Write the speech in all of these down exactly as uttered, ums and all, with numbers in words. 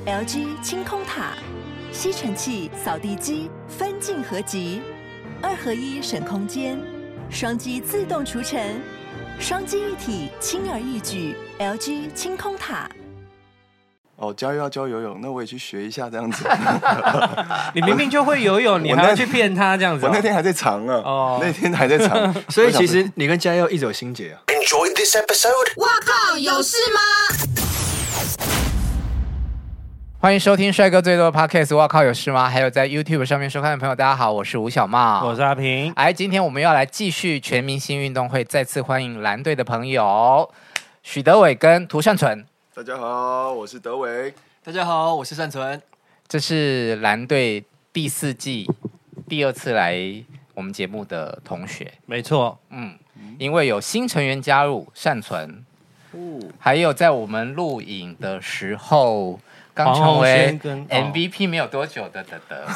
L G 清空塔，吸尘器、扫地机分镜合集，二合一省空间，双击自动除尘，双击一体轻而易举。L G 清空塔。 哦，教要教游泳，那我也去学一下这样子。 你明明就会游泳，你还要去骗他这样子、哦？ 我那天还在藏啊，哦、那天还在藏， 所以其实你跟嘉佑一直有心结啊。 Enjoy this episode。 哇靠，有事吗？ 欢迎收听帅哥最多的 Podcast。哇靠，有事吗？还有在 YouTube 上面收看的朋友，大家好，我是吴小茂， 我是阿平。 哎，今天我们要来继续全明星运动会，再次欢迎蓝队的朋友许德伟跟涂善存。 大家好，我是德伟。 大家好，我是善存。 这是蓝队第四季第二次来我们节目的同学， 没错， 嗯，因为有新成员加入，善存，哦、还有在我们录影的时候刚成为 M V P 没有多久的德德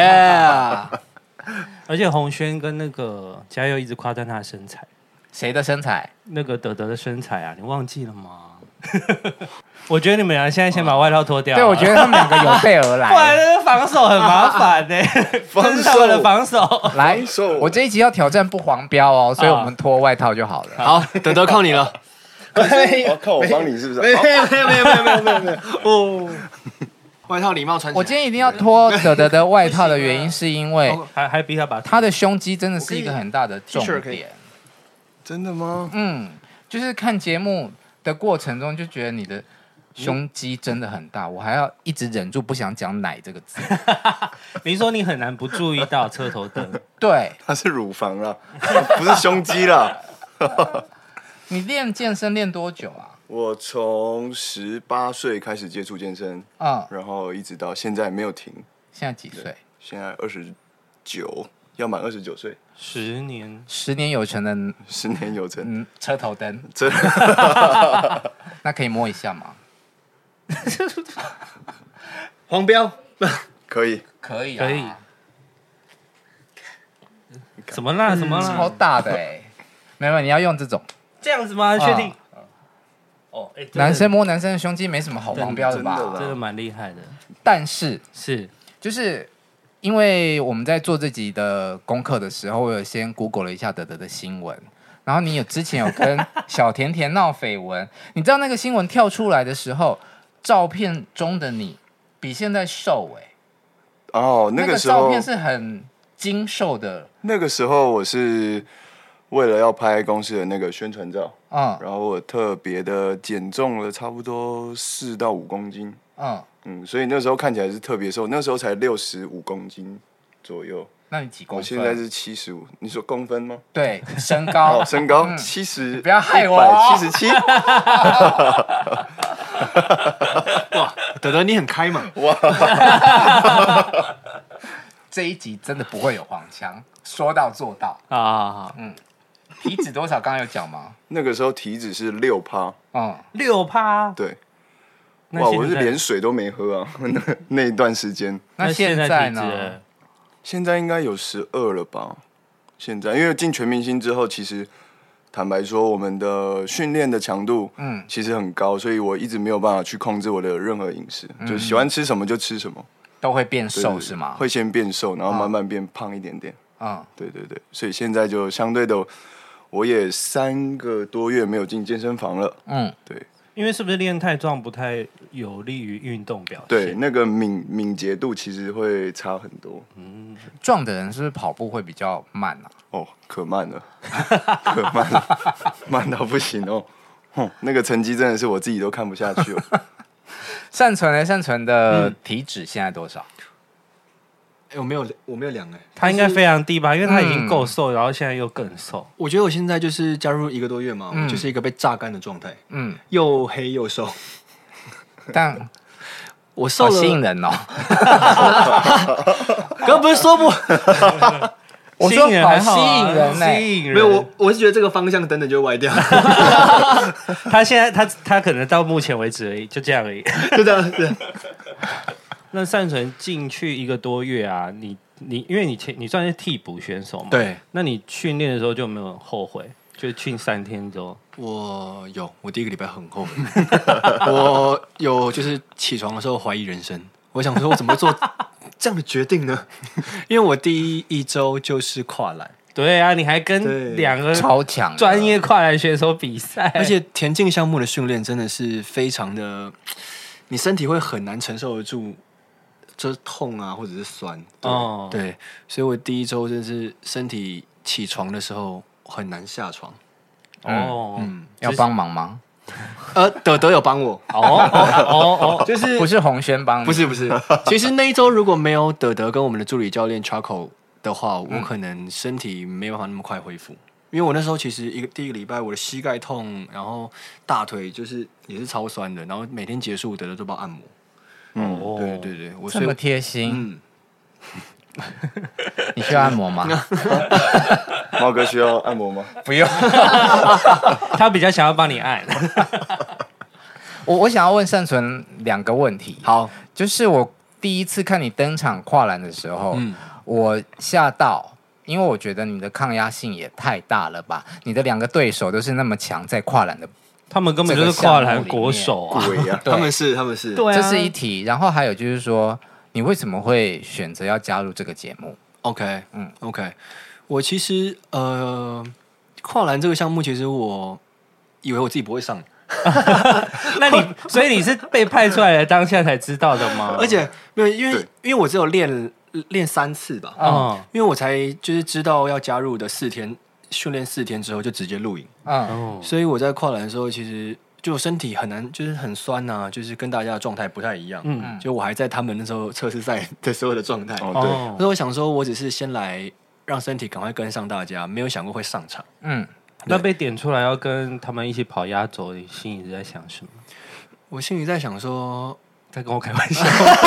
，Yeah！ 而且洪轩跟那个嘉佑一直夸赞他的身材， 谁的身材？ 那个德德的身材啊，你忘记了吗？我觉得你们俩现在先把外套脱掉。 对，我觉得他们两个有备而来。 不然那个防守很麻烦呢、欸，防守他们的防守。 来，我这一集要挑战不黄标哦，所以我们脱外套就好了。 好，德德靠你了。 我靠，我帮你是不是？ 没有没有没有没有没有没有没有哦。外套礼貌穿起来。 我今天一定要脱德德的外套的原因，是因为还还逼他把他的胸肌真的是一个很大的重点。 真的吗？ 嗯，就是看节目的过程中就觉得你的胸肌真的很大，我还要一直忍住不想讲奶这个字。 你说你很难不注意到车头灯， 对， 它是乳房啦，不是胸肌啦。 你练健身练多久啊？ 我从十八岁开始接触健身，嗯，然后一直到现在没有停。 现在几岁？ 现在二十九，要满二十九岁。 十年， 十年有成的， 十年有成。 嗯，车头灯， 这那可以摸一下吗？ 黄标可以， 可以、啊， 可以。什么啦？什么啦？ 超大的哎、欸！没有，你要用这种。 这样子吗？确定？啊、 哦，欸、男生摸男生的胸肌没什么好黄标的吧？ 真的真的蛮厉害的。 但是是就是因为我们在做这集的功课的时候，我有先 Google 了一下德德的新闻，然后你有之前有跟小甜甜闹绯闻，你知道那个新闻跳出来的时候，照片中的你比现在瘦哎、 欸。哦，那个时候那个照片是很精瘦的。 那个时候我是为了要拍公司的那个宣传照，嗯，然后我特别的减重了差不多四到五公斤，嗯嗯，所以那时候看起来是特别瘦，那时候才六十五公斤左右。 那你几公分？ 我现在是七十五。你说公分吗？ 对，身高， 哦、身高七十， 不要害我、 哦，一百七十七。 哇，德德你很开嘛！ 哇， 这一集真的不会有黄腔，说到做到啊！ 嗯，体脂多少？刚刚有讲吗？ 那个时候体脂是六趴， 嗯，六趴， 对。哇，我是连水都没喝啊，那那一段时间。 那现在呢？ 现在应该有十二了吧？现在因为进全明星之后，其实坦白说，我们的训练的强度，嗯，其实很高，所以我一直没有办法去控制我的任何饮食，嗯、就喜欢吃什么就吃什么， 都会变瘦对对对是吗？ 会先变瘦，然后慢慢变胖一点点。嗯，对对对，所以现在就相对的，我也三个多月没有进健身房了。嗯，对。 因为是不是练太壮不太有利于运动表现？ 对，那个敏敏捷度其实会差很多。 嗯，壮的人是不是跑步会比较慢啊？ 哦，可慢了，可慢了，慢到不行哦。哼，那个成绩真的是我自己都看不下去了。 善存呢？善存的体脂现在多少？ 哎、欸，我没有，我没有量哎、欸。 他应该非常低吧？因为他已经够瘦，嗯、然后现在又更瘦。 我觉得我现在就是加入一个多月嘛，嗯、就是一个被榨干的状态。嗯，又黑又瘦。 但我瘦了， 好吸引人哦。 刚刚不是说不？ 我说好吸引人呢、欸， 吸引人。 没有，我我是觉得这个方向等等就歪掉。 他现在他他可能到目前为止而已，就这样而已， 就这样子。 那善存进去一个多月啊，你你因为你你算是替补选手嘛， 对， 那你训练的时候就没有后悔？ 就去三天之后， 我有，我第一个礼拜很后悔，我有就是起床的时候怀疑人生，我想说我怎么做这样的决定呢？因为我第一一周就是跨栏。 对啊，你还跟两个超强专业跨栏选手比赛， 而且田径项目的训练真的是非常的，你身体会很难承受得住，就是痛啊，或者是酸。对，哦、对，所以我第一周真是身体起床的时候很难下床。 哦， 嗯，要帮忙吗？ 呃，德德有帮我。 哦哦哦， 就是不是洪轩帮你？ 不是不是，其实那一周如果没有德德跟我们的助理教练 Charco。的话，我可能身体没办法那么快恢复，因为我那时候其实一个第一个礼拜我的膝盖痛，然后大腿就是也是超酸的，然后每天结束得了都帮按摩。嗯，哦、对对对，我这么贴心。 嗯， 你需要按摩吗？ 猫哥需要按摩吗？ 不用， 他比较想要帮你按。 我我想要问善存两个问题。 好， 就是我第一次看你登场跨栏的时候。嗯，我吓到，因为我觉得你的抗压性也太大了吧！你的两个对手都是那么强，在跨栏的， 他们根本就是跨栏国手啊！ 对呀， 他们是他们是， 对啊， 这是一题。然后还有就是说，你为什么会选择要加入这个节目 ？OK， 嗯 ，OK， 我其实呃，跨栏这个项目，其实我以为我自己不会上。 那你所以你是被派出来的当下才知道的吗？ 而且没有，因为因为我只有练。练三次吧，嗯，因为我才就是知道要加入的四天训练四天之后就直接录影，嗯，所以我在跨栏的时候，其实就身体很难，就是很酸呐、啊，就是跟大家的状态不太一样，嗯，就我还在他们那时候测试赛的时候的状态，哦，对，所以我想说，我只是先来让身体赶快跟上大家，没有想过会上场， 嗯，那被点出来要跟他们一起跑压轴，你心里在想什么？ 我心里在想说， 在跟我开玩笑。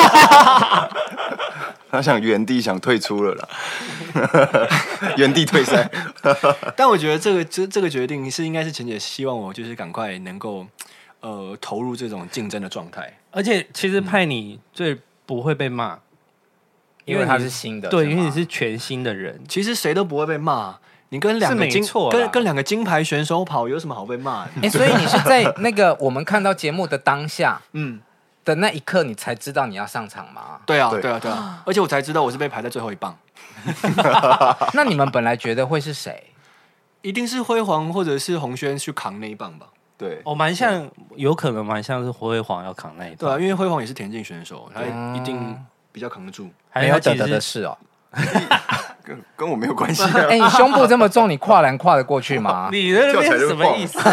他想原地想退出了啦，原地退赛。 但我觉得这个这这个决定是应该是钱姐希望我就是赶快能够呃投入这种竞争的状态。 而且其实派你最不会被骂， 因为他是新的， 对，因为你是全新的人。 其实谁都不会被骂，你跟两个金跟跟两个金牌选手跑，有什么好被骂的？ 哎、欸，所以你是在那个我们看到节目的当下，嗯。的那一刻，你才知道你要上场吗？ 对啊，对啊，对啊！而且我才知道我是被排在最后一棒。 那你们本来觉得会是谁？ 一定是辉煌或者是洪轩去扛那一棒吧？ 对， 我蛮像，有可能蛮像是辉煌要扛那一棒。 对啊，因为辉煌也是田径选手，他一定比较扛得住。 没有德德的事哦， 跟跟我没有关系。 哎，你胸部这么重，你跨栏跨得过去吗？ 你那边是什么意思？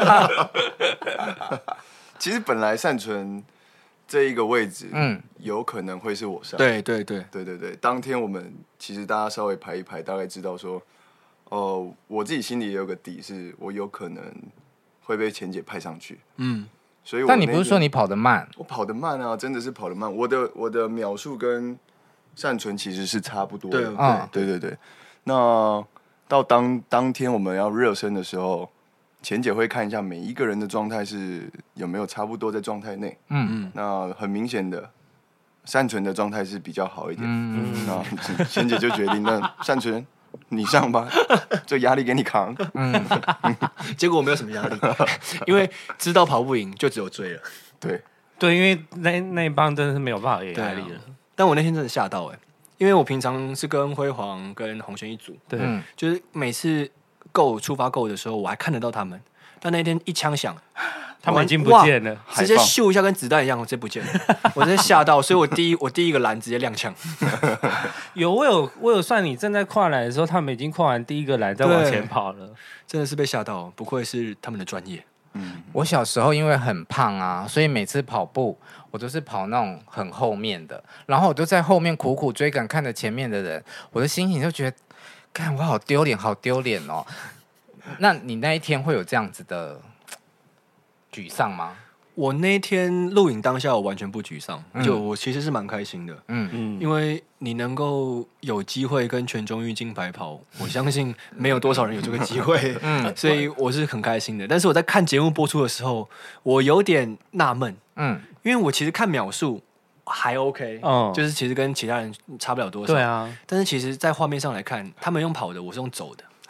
其实本来善存。这一个位置，嗯，有可能会是我上。 对对对对对对，当天我们其实大家稍微排一排，大概知道说，哦、呃，我自己心里也有个底，是我有可能会被钱姐派上去。嗯，所以我。 但你不是说你跑得慢？ 我跑得慢啊，真的是跑得慢。我的我的秒数跟善存其实是差不多的。对、嗯、对对对。那到当当天我们要热身的时候。钱姐会看一下每一个人的状态是有没有差不多在状态内，嗯嗯，那很明显的，善存的状态是比较好一点，嗯嗯，那钱姐就决定，那善存你上吧，这压力给你扛，嗯， 结果我没有什么压力，因为知道跑不赢就只有追了， 对对，因为那那一帮真的是没有办法给压力了，啊、 但我那天真的吓到哎、欸，因为我平常是跟辉煌跟洪轩一组， 对，嗯、 就是每次。够出发够的时候，我还看得到他们。但那天一枪响， 他们已经不见了， 直接咻一下，跟子弹一样，我直接不见了。我直接吓到，所以我第一我第一个栏直接踉跄。 有我有我有算你正在跨栏的时候，他们已经跨完第一个栏，在往前跑了。 真的是被吓到，不愧是他们的专业。 嗯，我小时候因为很胖啊，所以每次跑步我都是跑那种很后面的，然后我就在后面苦苦追赶，看着前面的人，我的心情就觉得。看我好丢脸，好丢脸哦！那你那一天会有这样子的沮丧吗？ 我那天录影当下，我完全不沮丧，嗯、就我其实是蛮开心的。嗯嗯，因为你能够有机会跟全中运金牌跑，我相信没有多少人有这个机会。嗯，所以我是很开心的。但是我在看节目播出的时候，我有点纳闷。嗯，因为我其实看秒数。还 OK， 嗯，就是其实跟其他人差不了多少， 对啊。 但是其实，在画面上来看，他们用跑的，我是用走的，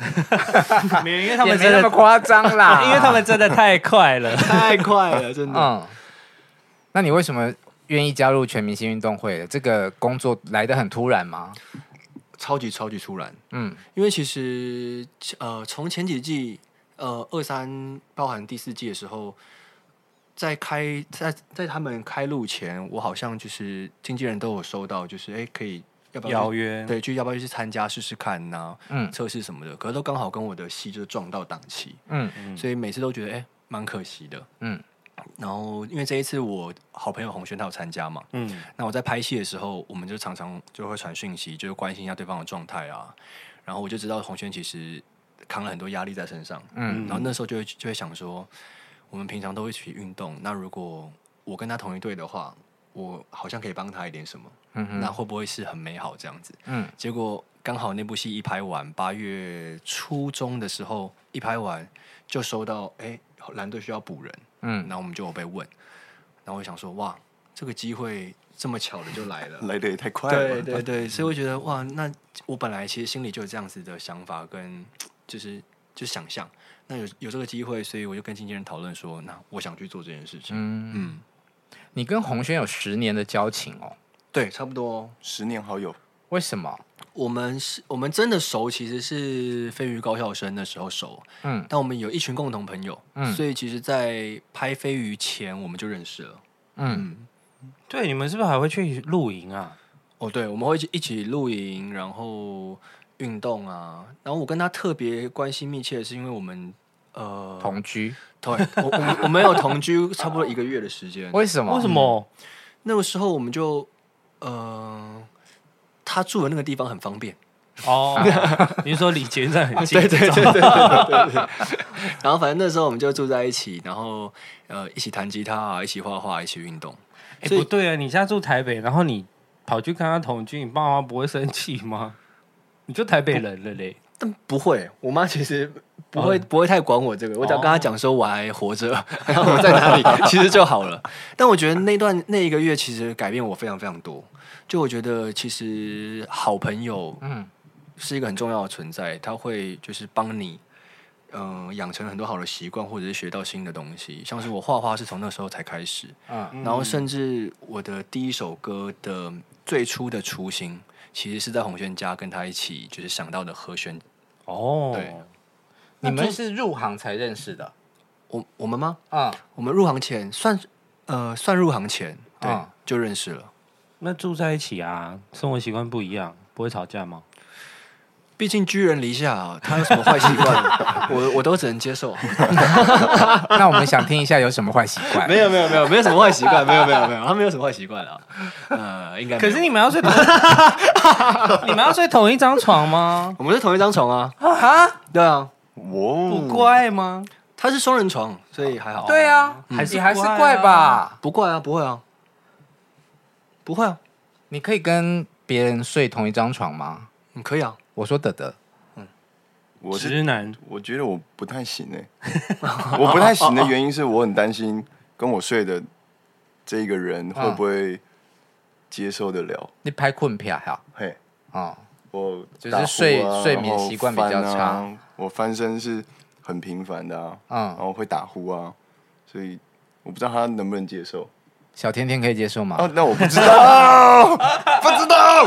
没有，因为他们没那么夸张啦， 因为他们真的太快了， 太快了，真的。嗯， 那你为什么愿意加入全明星运动会？这个工作来得很突然吗？ 超级超级突然。嗯，因为其实呃，从前几季呃二三包含第四季的时候。在开在在他们开录前，我好像就是经纪人都有收到，就是哎可以要不要邀约， 对，就要不要去参加试试看呐、啊，嗯，测试什么的，可是都刚好跟我的戏就是撞到档期，嗯嗯，所以每次都觉得哎蛮可惜的，嗯。然后因为这一次我好朋友洪轩他有参加嘛，嗯，那我在拍戏的时候，我们就常常就会传讯息，就是关心一下对方的状态啊，然后我就知道洪轩其实扛了很多压力在身上，嗯，然后那时候就会就会想说。我们平常都一起运动，那如果我跟他同一队的话，我好像可以帮他一点什么，嗯、那会不会是很美好这样子？嗯，结果刚好那部戏一拍完，八月初中的时候一拍完，就收到哎蓝队需要补人，嗯，然后我们就有被问，然后我想说哇，这个机会这么巧的就来了， 来的也太快了， 对对对，所以我觉得哇，那我本来其实心里就有这样子的想法跟就是就想象。那有有这个机会，所以我就跟经纪人讨论说，那我想去做这件事情。嗯嗯，你跟洪轩有十年的交情哦？ 对，差不多十年好友。 为什么？ 我们是，我们真的熟，其实是飞鱼高校生的时候熟。嗯，但我们有一群共同朋友，嗯，所以其实，在拍飞鱼前我们就认识了。嗯， 嗯对，你们是不是还会去露营啊？ 哦，对，我们会一起露营，然后运动啊。然后我跟他特别关系密切，是因为我们。呃， 同居， 对，我我我们有同居差不多一个月的时间。 为什么？ 为什么？ 那个时候我们就，呃，他住的那个地方很方便。 哦，你是说离捷运站很近？ 对对对对对对对。然后反正那时候我们就住在一起，然后呃一起弹吉他啊，一起画画，一起运动。 哎，不对啊，你现在住台北，然后你跑去跟他同居，你爸妈不会生气吗？你就台北人了嘞。 但不会，我妈其实不会、哦、不会太管我这个，我只要跟她讲说我还活着，然后我在哪里，其实就好了。但我觉得那段那一个月其实改变我非常非常多。就我觉得其实好朋友，嗯，是一个很重要的存在，他会就是帮你，嗯、呃，养成很多好的习惯，或者是学到新的东西。像是我画画是从那时候才开始，嗯，然后甚至我的第一首歌的最初的雏形，其实是在洪轩家跟他一起就是想到的和弦。 哦，对，你们是入行才认识的？ 我我们吗？啊、嗯，我们入行前算呃算入行前，对、嗯，就认识了。 那住在一起啊，生活习惯不一样，不会吵架吗？ 毕竟居人篱下，他有什么坏习惯，我我都只能接受。 那我们想听一下有什么坏习惯？ 没有没有没有没有什么坏习惯，没有没有没有，他没有什么坏习惯啊。呃，应该。 可是你们要睡同，你们要睡同一张床吗？ 我们是同一张床啊。啊？对啊。 我不怪吗？ 他是双人床，所以还好。 对啊，还是还是怪吧？ 不怪啊，不会啊，不会啊。 你可以跟别人睡同一张床吗？ 嗯，可以啊。 我说德德， 嗯，我是直男， 我觉得我不太行哎、欸，我不太行的原因是我很担心跟我睡的这个人会不会接受得了。 你拍困片哈？ 嘿，啊、嗯，我就是睡睡眠习惯比较差、 啊，我翻身是很频繁的啊，嗯，然后会打呼啊，所以我不知道他能不能接受。 小甜甜可以接受吗？ 哦，那我不知道，不知道。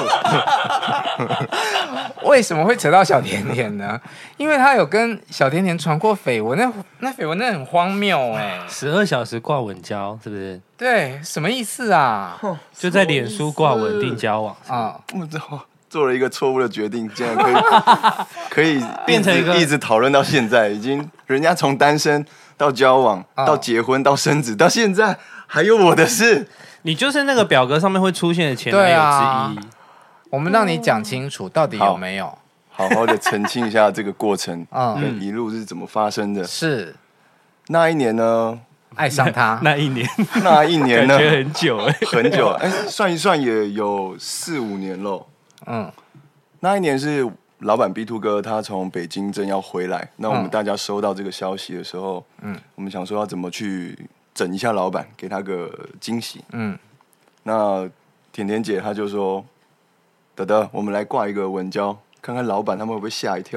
为什么会扯到小甜甜呢？因为他有跟小甜甜传过绯闻，那那绯闻那很荒谬哎、欸， 十二小时挂稳交是不是？ 对，什么意思啊？ 就在脸书挂稳定交往啊！我做了一个错误的决定，竟然可以可以变成一个一直讨论到现在，已经人家从单身到交往、啊、到结婚到生子到现在。还有我的事， 你就是那个表格上面会出现的前男友之一。啊、 我们让你讲清楚，到底有没有好好的澄清一下这个过程，嗯，跟一路是怎么发生的。 是那一年呢， 爱上他那一年， 那一年呢， 感觉很久哎、 欸，很久哎、欸，算一算也有四五年了。嗯，那一年是老板 B 二 哥他从北京正要回来，那我们大家收到这个消息的时候，嗯，我们想说要怎么去整一下老板，给他个惊喜。嗯，那甜甜姐她就说：“德德，我们来挂一个稳交，看看老板他们会不会吓一跳。”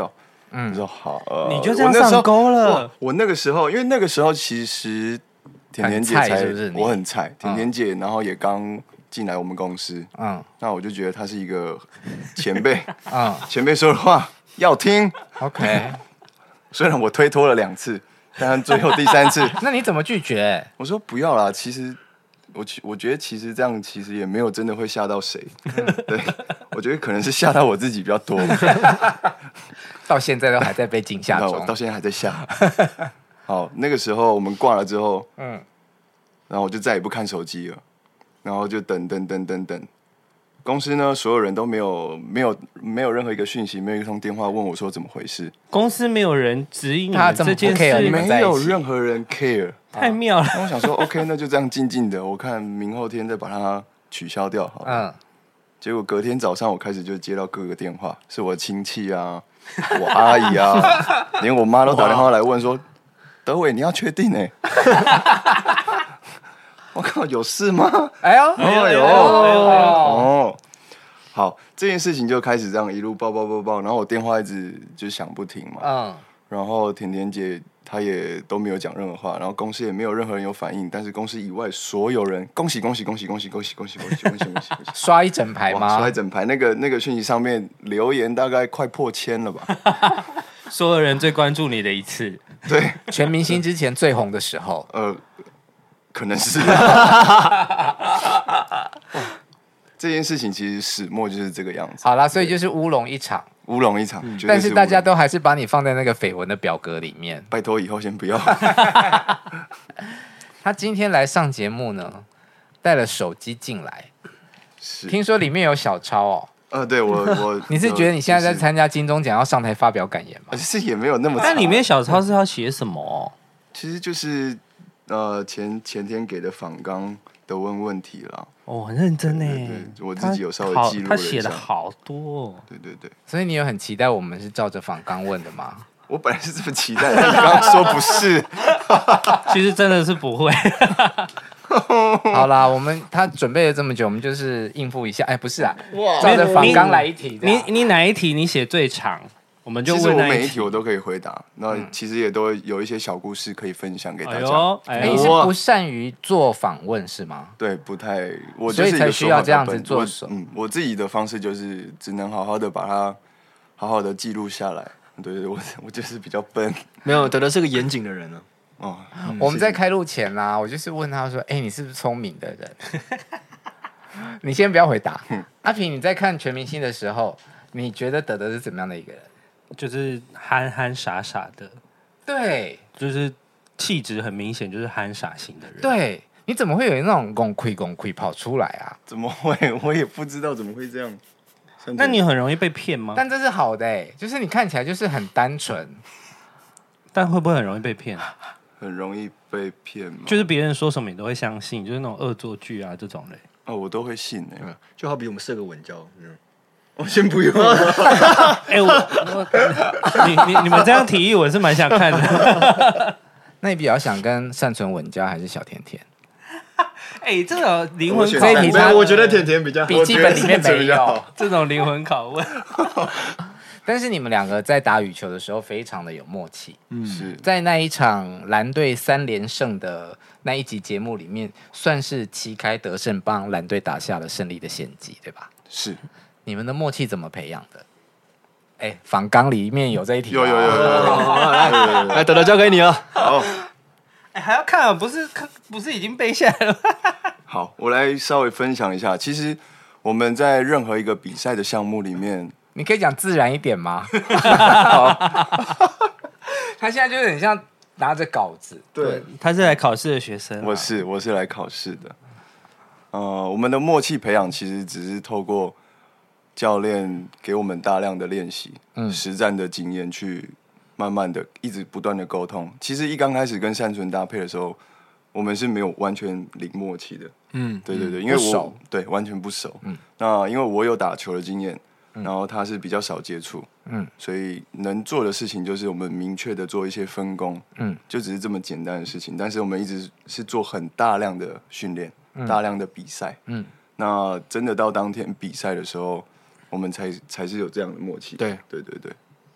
嗯，我说好，呃， 你就这样上钩了。 我, 我那个时候，因为那个时候其实甜甜姐才是不是我很菜，甜甜姐，然后也刚进来我们公司，嗯，那我就觉得她是一个前辈，嗯，前辈说的话要听 ，OK。 虽然我推脱了两次，但最后第三次， 那你怎么拒绝？ 我说不要啦，其实。我我觉得其实这样其实也没有真的会吓到谁，对，我觉得可能是吓到我自己比较多， 到现在都还在被惊吓中， 到现在还在吓。好，那个时候我们挂了之后，嗯，然后我就再也不看手机了，然后就等等等等等。公司呢，所有人都没有没有没有任何一个讯息，没有一通电话问我说怎么回事。 公司没有人指引你们这件事， 没有任何人 care， 太妙了。 那我想说 ，OK， 那就这样静静的，我看明后天再把它取消掉好了。嗯。结果隔天早上我开始就接到各个电话，是我亲戚啊，我阿姨啊，连我妈都打电话来问说：“德伟，你要确定哎、欸？”我靠，有事吗？ 哎呦，哎呦， 哦，好，这件事情就开始这样一路报报报报，然后我电话一直就响不停嘛，嗯，然后甜甜姐她也都没有讲任何话，然后公司也没有任何人有反应，但是公司以外所有人恭喜恭喜恭喜恭喜恭喜恭喜恭喜恭喜恭喜恭喜， 刷一整排吗？ 刷一整排，那个那个讯息上面留言大概快破千了吧， 所有人最关注你的一次， 对， 全明星之前最红的时候，呃。 可能是这件事情，其实始末就是这个样子。 好啦，所以就是乌龙一场， 乌龙一场。 嗯、但是大家都还是把你放在那个绯闻的表格里面。 拜托，以后先不要。 他今天来上节目呢，带了手机进来，听说里面有小抄哦。 呃，对我我， 你是觉得你现在在参加金钟奖要上台发表感言吗？ 其实也没有那么。 那里面小抄是要写什么？ 其实就是。呃，前前天给的访纲的问问题啦， 哦，很认真哎， 我自己有稍微记录了一下， 他写的好多、哦， 对对对， 所以你有很期待我们是照着访纲问的吗？ 我本来是这么期待，但你刚刚说不是， 其实真的是不会。 好啦，我们他准备了这么久，我们就是应付一下，哎，不是啊，照着访纲来一题， 你你哪一题你写最长？我们就问那一题， 其实我每一题我都可以回答，那其实也都有一些小故事可以分享给大家。 哎，你是不善于做访问是吗？ 对，不太，我就是所以才需要这样子做手。 嗯，我自己的方式就是只能好好的把它好好的记录下来。对对，我我就是比较笨。 没有，德德是个严谨的人呢、 啊。哦、嗯，我们在开录前啊，我就是问他说：“哎、欸，你是不是聪明的人？”你先不要回答。嗯、阿平，你在看全明星的时候，你觉得德德是怎么样的一个人？ 就是憨憨傻傻的， 对， 就是气质很明显，就是憨傻型的人。 对，你怎么会有那种公亏公亏跑出来啊？ 怎么会？我也不知道怎么会这样。 那你很容易被骗吗？ 但这是好的哎、欸，就是你看起来就是很单纯， 但会不会很容易被骗？ 很容易被骗吗？ 就是别人说什么你都会相信，就是那种恶作剧啊这种类。 哦，我都会信哎、欸， 就好比我们设个稳交，嗯。 我、哦、先不用。 哎、欸，我我你你你们这样提议，我是蛮想看的。 那你比较想跟善存稳交还是小甜甜？ 哎、欸，这种灵魂这一题，我觉得甜甜比较好， 笔记本里面没有这种灵魂拷问。 但是你们两个在打羽球的时候非常的有默契。 嗯，是在那一场蓝队三连胜的那一集节目里面，算是旗开得胜，帮蓝队打下了胜利的先机，对吧？ 是。 你们的默契怎么培养的？哎、欸，访纲里面有这一题、 啊，有有有有有， 来来，德德交给你了。 好， 哎、欸，还要看啊？不是不是已经背下来了？ 好，我来稍微分享一下。其实我们在任何一个比赛的项目里面， 你可以讲自然一点吗？他现在就是很像拿着稿子， 对， 他是来考试的学生、啊， 我是我是来考试的。呃，我们的默契培养其实只是透过教练给我们大量的练习，嗯，实战的经验去慢慢的一直不断的沟通。其实一刚开始跟善存搭配的时候，我们是没有完全零默契的，嗯，对对对，因为我对完全不熟，嗯，那因为我有打球的经验，然后他是比较少接触，嗯，所以能做的事情就是我们明确的做一些分工，嗯，就只是这么简单的事情。但是我们一直是做很大量的训练，嗯、大量的比赛，嗯，那真的到当天比赛的时候。我们才才是有这样的默契， 对对对对。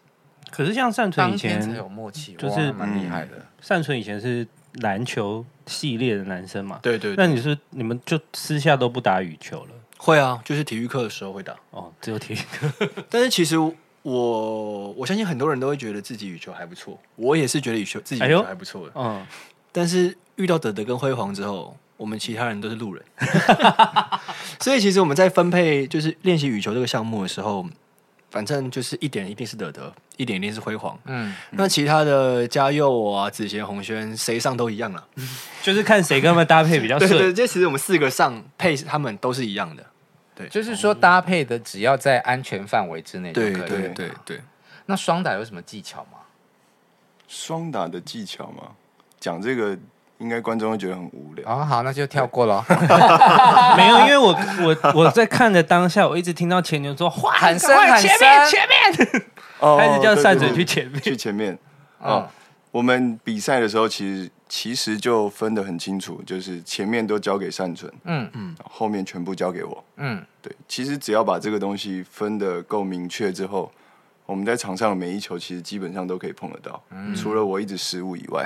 可是像善存以前才有默契， 就是蛮厉害的。 善存以前是篮球系列的男生嘛？ 对 对, 对。 那你是你们就私下都不打羽球了？ 会啊，就是体育课的时候会打。 哦，只有体育课。 但是其实我我相信很多人都会觉得自己羽球还不错，我也是觉得羽球自己羽球还不错的。哎、嗯。但是遇到德德跟辉煌之后，我们其他人都是路人。所以其实我们在分配就是练习羽球这个项目的时候，反正就是一点一定是德德，一点一定是辉煌。嗯，那其他的嘉佑啊、子贤、洪轩，谁上都一样了， 就是看谁跟他们搭配比较顺。 对对，这其实我们四个上配他们都是一样的。对， 就是说搭配的只要在安全范围之内就可以。 对对对对。 那双打有什么技巧吗？ 双打的技巧吗？讲这个应该观众会觉得很无聊。 哦，好，那就跳过了。 没有，因为我我我在看的当下，我一直听到前牛说哇， 喊声喊声， 前面前面，哦、开始叫善嘴去前面去前面。哦，我们比赛的时候其实其实就分得很清楚，就是前面都交给善存，嗯嗯，后面全部交给我，嗯，对。其实只要把这个东西分得够明确之后，我们在场上的每一球其实基本上都可以碰得到，嗯、除了我一直失误以外。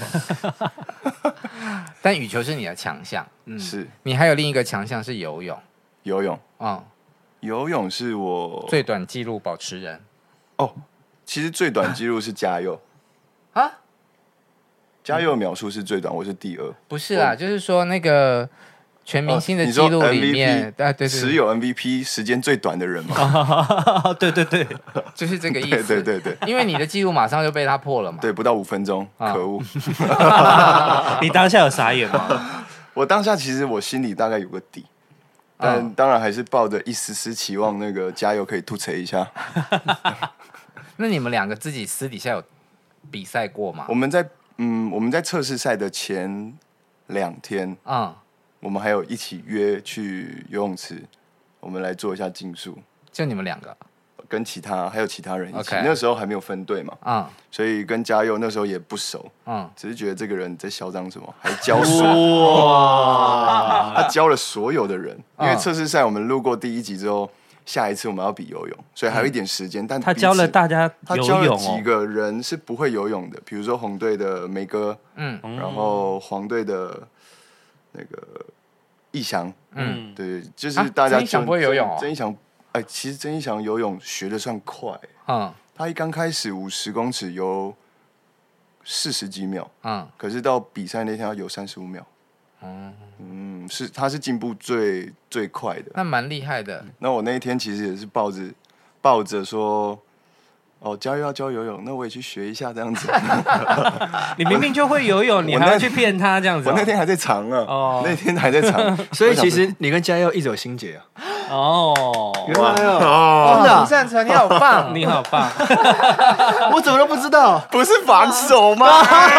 但羽球是你的强项， 嗯，是你还有另一个强项是游泳。 游泳，嗯，游泳是我最短纪录保持人。 哦，其实最短纪录是嘉佑啊，嘉佑秒数是最短，我是第二。 不是啦，就是说那个全明星的纪录里面， 啊，对，持有 M V P 时间最短的人嘛。 对对对， 就是这个意思。 对对对对， 因为你的纪录马上就被他破了嘛。 对，不到五分钟，可恶。 你当下有傻眼吗？ 我当下其实我心里大概有个底，但当然还是抱着一丝丝期望，那个加油可以突锤一下。 那你们两个自己私底下有比赛过吗？ 我们在嗯，我们在测试赛的前两天，嗯。我们还有一起约去游泳池，我们来做一下竞速。 就你们两个， 跟其他还有其他人一起。Okay. 那时候还没有分队嘛，嗯，所以跟嘉佑那时候也不熟，嗯，只是觉得这个人在嚣张什么，还教所哇，他教了所有的人。因为测试赛我们录过第一集之后，下一次我们要比游泳，所以还有一点时间。嗯、但他教了大家游泳、哦，他教了几个人是不会游泳的，比如说红队的梅哥，嗯，然后黄队的那个义翔，嗯，对，就是大家、啊、 曾义翔不会游泳哦。 曾义翔，哎，其实曾义翔游泳学的算快，嗯，他一刚开始五十公尺游四十几秒，嗯，可是到比赛那天要游三十五秒，嗯嗯，是他是进步最最快的， 那蛮厉害的。 那我那一天其实也是抱着抱着说。哦，教要教游泳，那我也去学一下这样子。 你明明就会游泳，你还要去骗他这样子、哦？ 我那天还在场啊，哦，那天还在场， 所以其实你跟嘉佑一直有心结啊。 哦， 原来哦， 哦，真的，吴善存你好棒， 你好棒， 我怎么都不知道， 不是防守吗？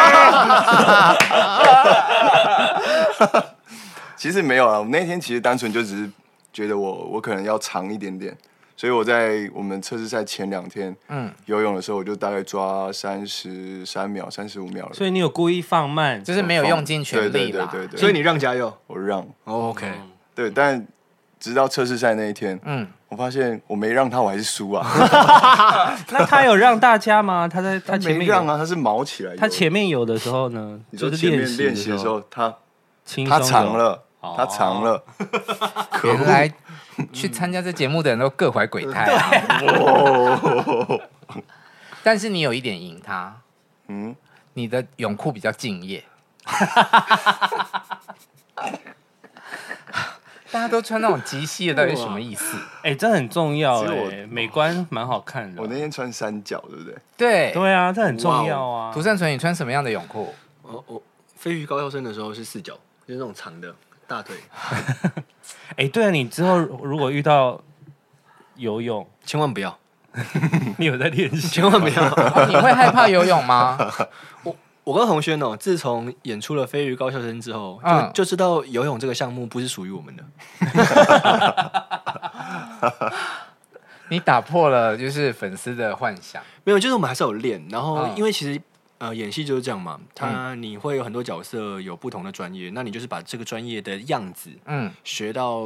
其实没有啊，我那天其实单纯就只是觉得我我可能要长一点点。所以我在我们测试赛前两天，嗯，游泳的时候，我就大概抓三十三秒、三十五秒了。 所以你有故意放慢， 就是没有用尽全力啦。 对对对对对。 所以你让加油， 我让。 Oh, OK，、 嗯、对，但直到测试赛那一天，嗯，我发现我没让他，我还是输啊。 那他有让大家吗？他在他前面没让啊，他是毛起来。 他前面有的时候呢，就是练习练习的时候，他他长了，他长了。 原来。去参加这节目的人都各怀鬼胎啊！但是你有一点赢他，嗯，你的泳裤比较敬业，大家都穿那种极细的，到底是什么意思？ 哎、欸，这很重要哎、欸，美观蛮好看的。 我那天穿三角，对不对？ 对， 对啊，这很重要啊。 涂善存，你穿什么样的泳裤？ 我我飞鱼高校生的时候是四角，就是那种长的大腿。 哎、欸，对啊，你之后如果遇到游泳， 千万不要。 你有在练习？ 千万不要、 哦。你会害怕游泳吗？ 我我跟洪轩哦，自从演出了《飞鱼高校生》之后，就、嗯、就知道游泳这个项目不是属于我们的。 你打破了就是粉丝的幻想。 没有，就是我们还是有练。然后因为其实呃演戏就是这样嘛，他你会有很多角色有不同的专业，那你就是把这个专业的样子嗯学到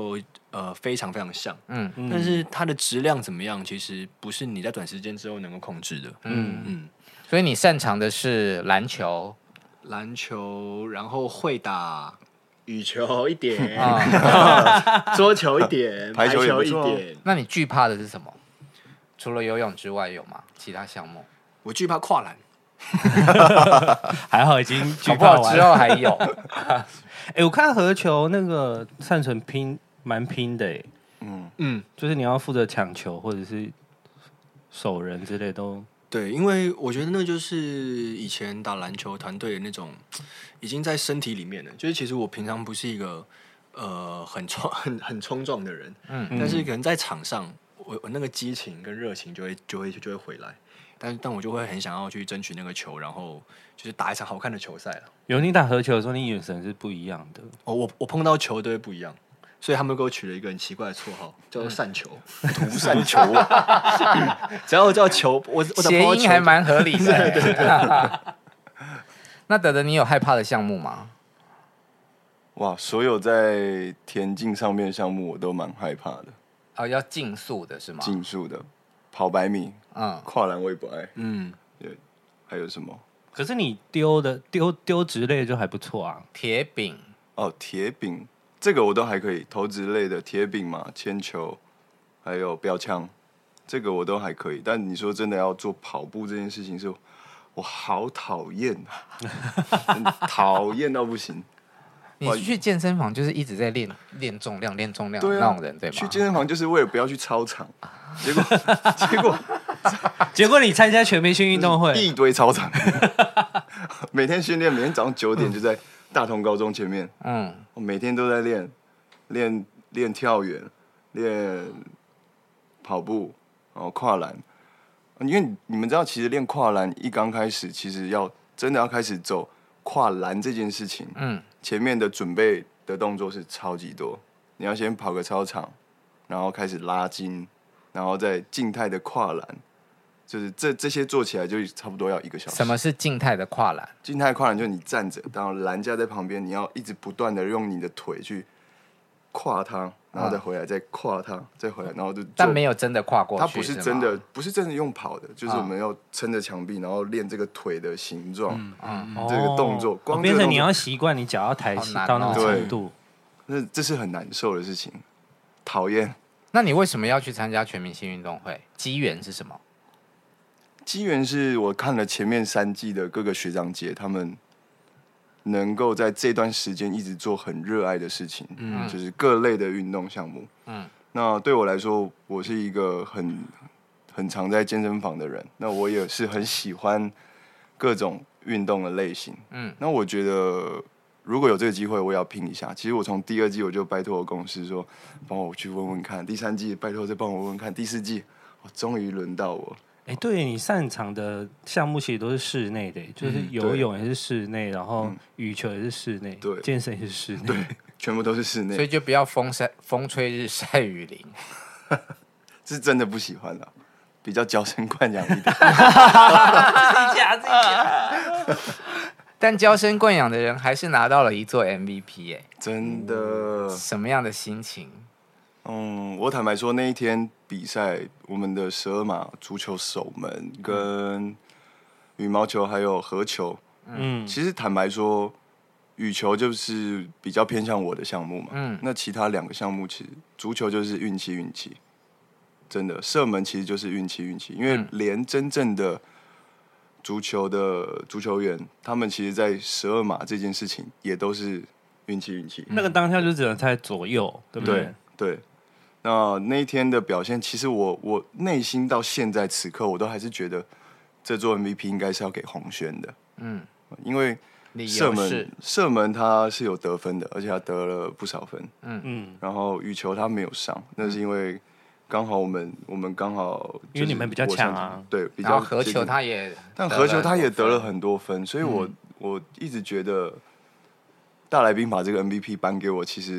呃非常非常像，嗯，但是它的质量怎么样，其实不是你在短时间之后能够控制的，嗯嗯。所以你擅长的是篮球， 篮球，然后会打羽球一点，桌球一点，排球一点。 那你惧怕的是什么？除了游泳之外，有吗？其他项目？ 我惧怕跨栏。 还好已经惧怕完了， 之后还有。 哎、欸，我看合球那个善存拼蛮拼的、欸，嗯嗯，就是你要负责抢球或者是守人之类都。 对，因为我觉得那就是以前打篮球团队的那种，已经在身体里面了。就是其实我平常不是一个呃很冲很很冲撞的人，嗯，但是可能在场上，我我那个激情跟热情就会就会就会回来。但但我就会很想要去争取那个球，然后就是打一场好看的球赛了。 有你打合球的时候，你眼神是不一样的。 哦，我我碰到球都会不一样，所以他们给我取了一个很奇怪的绰号，叫做善球，涂善球。只要叫球，我我谐音还蛮合理的。对对对。那德德，你有害怕的项目吗？ 哇，所有在田径上面的项目我都蛮害怕的。 哦，要竞速的是吗？ 竞速的。跑百米，嗯，跨栏我也不爱，嗯，对，还有什么？ 可是你丢的丢丢直类就还不错啊， 铁饼， 哦，铁饼这个我都还可以，投掷类的铁饼嘛，铅球，还有标枪，这个我都还可以。但你说真的要做跑步这件事情是，我好讨厌啊，讨厌到不行。 你去健身房就是一直在练练重量、练重量、啊、那种人，对吗？ 去健身房就是为了不要去操场，结果结果结果你参加全明星运动会， 一堆操场，每天训练，每天早上九点就在大同高中前面，嗯，我每天都在练练练跳远、练跑步，然后跨栏。因为你们知道，其实练跨栏一刚开始，其实要真的要开始走跨栏这件事情，嗯。前面的准备的动作是超级多，你要先跑个操场，然后开始拉筋，然后再静态的跨栏，就是这这些做起来就差不多要一个小时。 什么是静态的跨栏？ 静态跨栏就是你站着，然后栏架在旁边，你要一直不断的用你的腿去跨它，然后再回来，再跨它，再回来，然后就。 但没有真的跨过去。 它不是真的，不是真的用跑的，就是我们要撑着墙壁，然后练这个腿的形状，嗯嗯、这个动作。光变成你要习惯你脚要抬起到那个程度， 那这是很难受的事情，讨厌。 那你为什么要去参加全明星运动会？机缘是什么？ 机缘是我看了前面三季的各个学长姐，他们能够在这段时间一直做很热爱的事情，嗯，就是各类的运动项目，嗯，那对我来说，我是一个很很常在健身房的人，那我也是很喜欢各种运动的类型，嗯，那我觉得如果有这个机会，我也要拼一下。其实我从第二季我就拜托我公司说，帮我去问问看，第三季拜托再帮我问问看，第四季我终于轮到我。 哎，对你擅长的项目其实都是室内的，就是游泳也是室内，然后羽球也是室内，对，健身也是室内， 对，全部都是室内， 所以就不要风晒、风吹日晒雨淋， 是真的不喜欢了，比较娇生惯养一点。自己讲自己讲， 但娇生惯养的人还是拿到了一座 M V P 哎， 真的， 什么样的心情？ 嗯，我坦白说，那一天比赛，我们的十二码足球守门跟羽毛球还有合球，嗯，其实坦白说，羽球就是比较偏向我的项目嘛，嗯，那其他两个项目其实足球就是运气运气，真的射门其实就是运气运气，因为连真正的足球的足球员，他们其实在十二码这件事情也都是运气运气， 那个当下就只能猜左右，对不对？ 对。对那那一天的表现，其实我我内心到现在此刻，我都还是觉得这座 M V P 应该是要给洪轩的。嗯，因为射门射门他是有得分的，而且他得了不少分。嗯嗯，然后羽球他没有上，那是因为刚好我们我们刚好因为你们比较强啊， 对，比较合球他也， 但合球他也得了很多分，所以我、嗯、我一直觉得大来宾把这个 M V P 颁给我，其实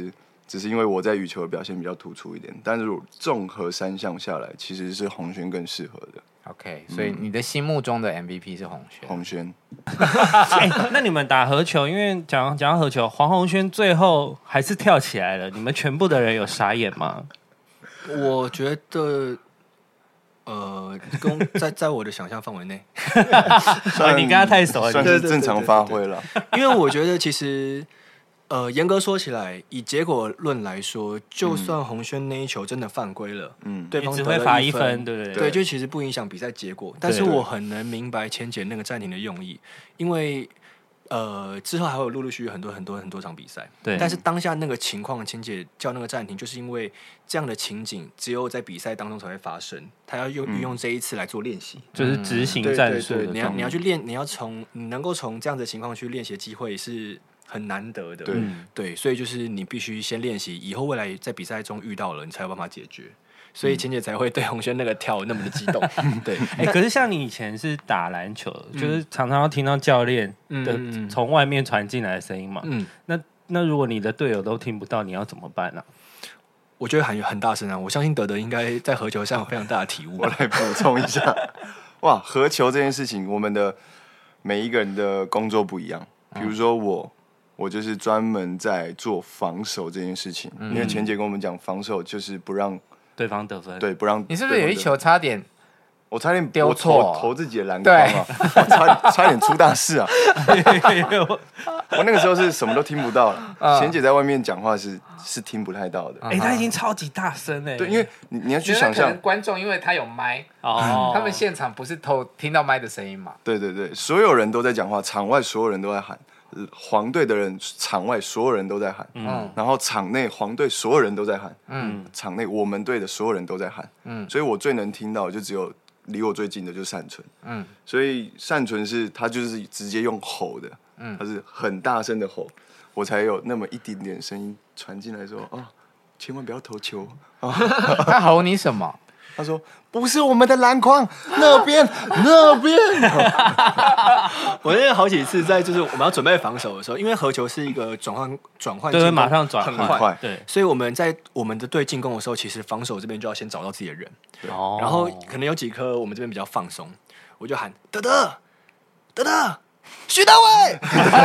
只是因为我在羽球的表现比较突出一点，但是综合三项下来，其实是洪轩更适合的。 OK， 所以你的心目中的 M V P 是洪轩。 洪轩， 欸，那你们打合球，因为讲讲到合球，黄洪轩最后还是跳起来了，你们全部的人有傻眼吗？ 我觉得，呃，跟在在我的想象范围内， 你跟他太熟了， 算是正常发挥了。 因为我觉得其实。呃，严格说起来，以结果论来说，就算洪轩那一球真的犯规了，嗯，对方只会罚一分，对不对？ 对，就其实不影响比赛结果。但是我很能明白钱姐那个暂停的用意，因为呃之后还会有陆陆续续很多很多很多场比赛，对。但是当下那个情况，钱姐叫那个暂停，就是因为这样的情景只有在比赛当中才会发生，他要用运用这一次来做练习， 就是执行战术的。 你要你要去练，你要从你能够从这样的情况去练习的机会是。很难得的，对对，所以就是你必须先练习，以后未来在比赛中遇到了，你才有办法解决。所以钱姐才会对洪轩那个跳那么的激动。对， 哎、欸，可是像你以前是打篮球，嗯、就是常常要听到教练的从外面传进来的声音嘛。嗯，那那如果你的队友都听不到，你要怎么办呢、啊？ 我觉得很很大声啊！我相信德德应该在合球上有非常大的体悟。 我来补充一下，哇，合球这件事情，我们的每一个人的工作不一样。比如说我。我就是专门在做防守这件事情，嗯、因为钱姐跟我们讲，防守就是不让对方得分， 对，不让。 你是不是有一球差点？ 我差点丢错，投自己的篮筐啊，差差点出大事啊！我那个时候是什么都听不到了，钱姐在外面讲话是是听不太到的。 哎、欸，他已经超级大声哎、欸！ 对，因为你你要去想象， 观众因为他有麦哦，他们现场不是偷听到麦的声音嘛？ 对对对，所有人都在讲话，场外所有人都在喊。黄队的人，场外所有人都在喊，嗯，然后场内黄队所有人都在喊，嗯，场内我们队的所有人都在喊，嗯，所以我最能听到的就只有离我最近的就是善存，嗯，所以善存是他就是直接用吼的，嗯，他是很大声的吼，我才有那么一点点声音传进来说，哦，千万不要投球， 他吼你什么？ 他说：“不是我们的篮筐，那边那边。” 我那好几次在就是我们要准备防守的时候，因为合球是一个转换转换， 对，马上转很快，对，所以我们在我们的队进攻的时候，其实防守这边就要先找到自己的人，哦，然后可能有几颗我们这边比较放松，我就喊德德德德徐大伟，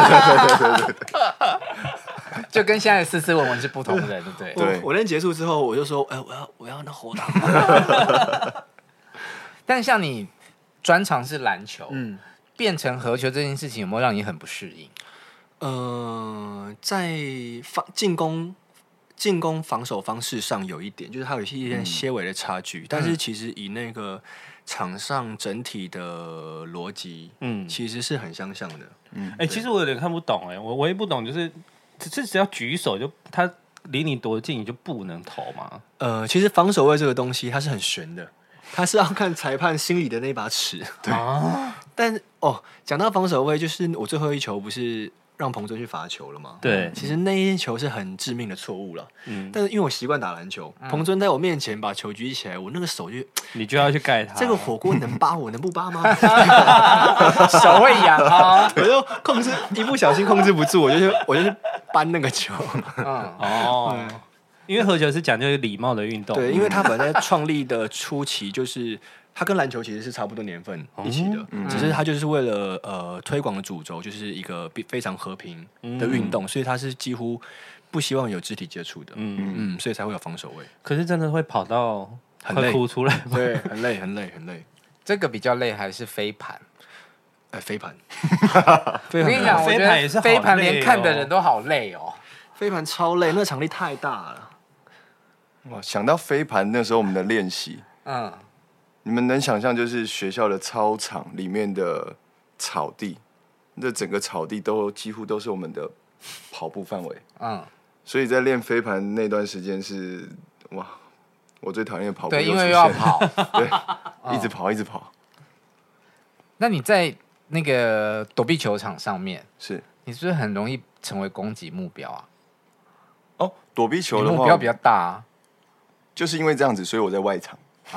就跟现在的斯斯文文是不同的人，对不对？ 对， 我那结束之后，我就说，哎、呃，我要我要那火打。 但像你专长是篮球，嗯，变成合球这件事情有没有让你很不适应？ 呃，在防进攻进攻防守方式上有一点，就是它有一点些微的差距，嗯、但是其实以那个场上整体的逻辑，嗯，其实是很相像的。 嗯，哎、欸，其实我有点看不懂、欸，哎，我唯一不懂就是，只是只要举手就他离你多近，你就不能投吗？ 呃，其实防守位这个东西它是很悬的。他是要看裁判心里的那把尺，对啊。但是哦，讲到防守位，就是我最后一球不是让彭尊去罚球了吗？ 对， 其实那一球是很致命的错误了。嗯，但是因为我习惯打篮球，嗯、彭尊在我面前把球举起来，我那个手就你就要去盖他。 这个火锅能扒我能不扒吗？ 手会痒啊！ 我就控制一不小心控制不住，我就去我就去搬那个球。嗯哦。嗯因为合球是讲究礼貌的运动， 对，因为它本来创立的初期就是它跟篮球其实是差不多年份一起的，嗯、只是它就是为了呃推广的主轴就是一个非常和平的运动，嗯、所以它是几乎不希望有肢体接触的，嗯嗯，所以才会有防守位。 可是真的会跑到快哭出来， 对，很累很累很累。 这个比较累还是飞盘？ 哎，飞盘， 我跟你讲，飞盘也是飞盘，连看的人都好累哦。 飞盘超累，那场地太大了。 哇，想到飞盘那时候我们的练习，嗯，你们能想象就是学校的操场里面的草地，这整个草地都几乎都是我们的跑步范围，嗯，所以在练飞盘那段时间是哇，我最讨厌的跑步， 对，因为又要跑， 对，一直跑一直跑。 那你在那个躲避球场上面， 是你是不是很容易成为攻击目标啊？ 哦，躲避球的话， 目标比较大啊。 就是因为这样子，所以我在外场。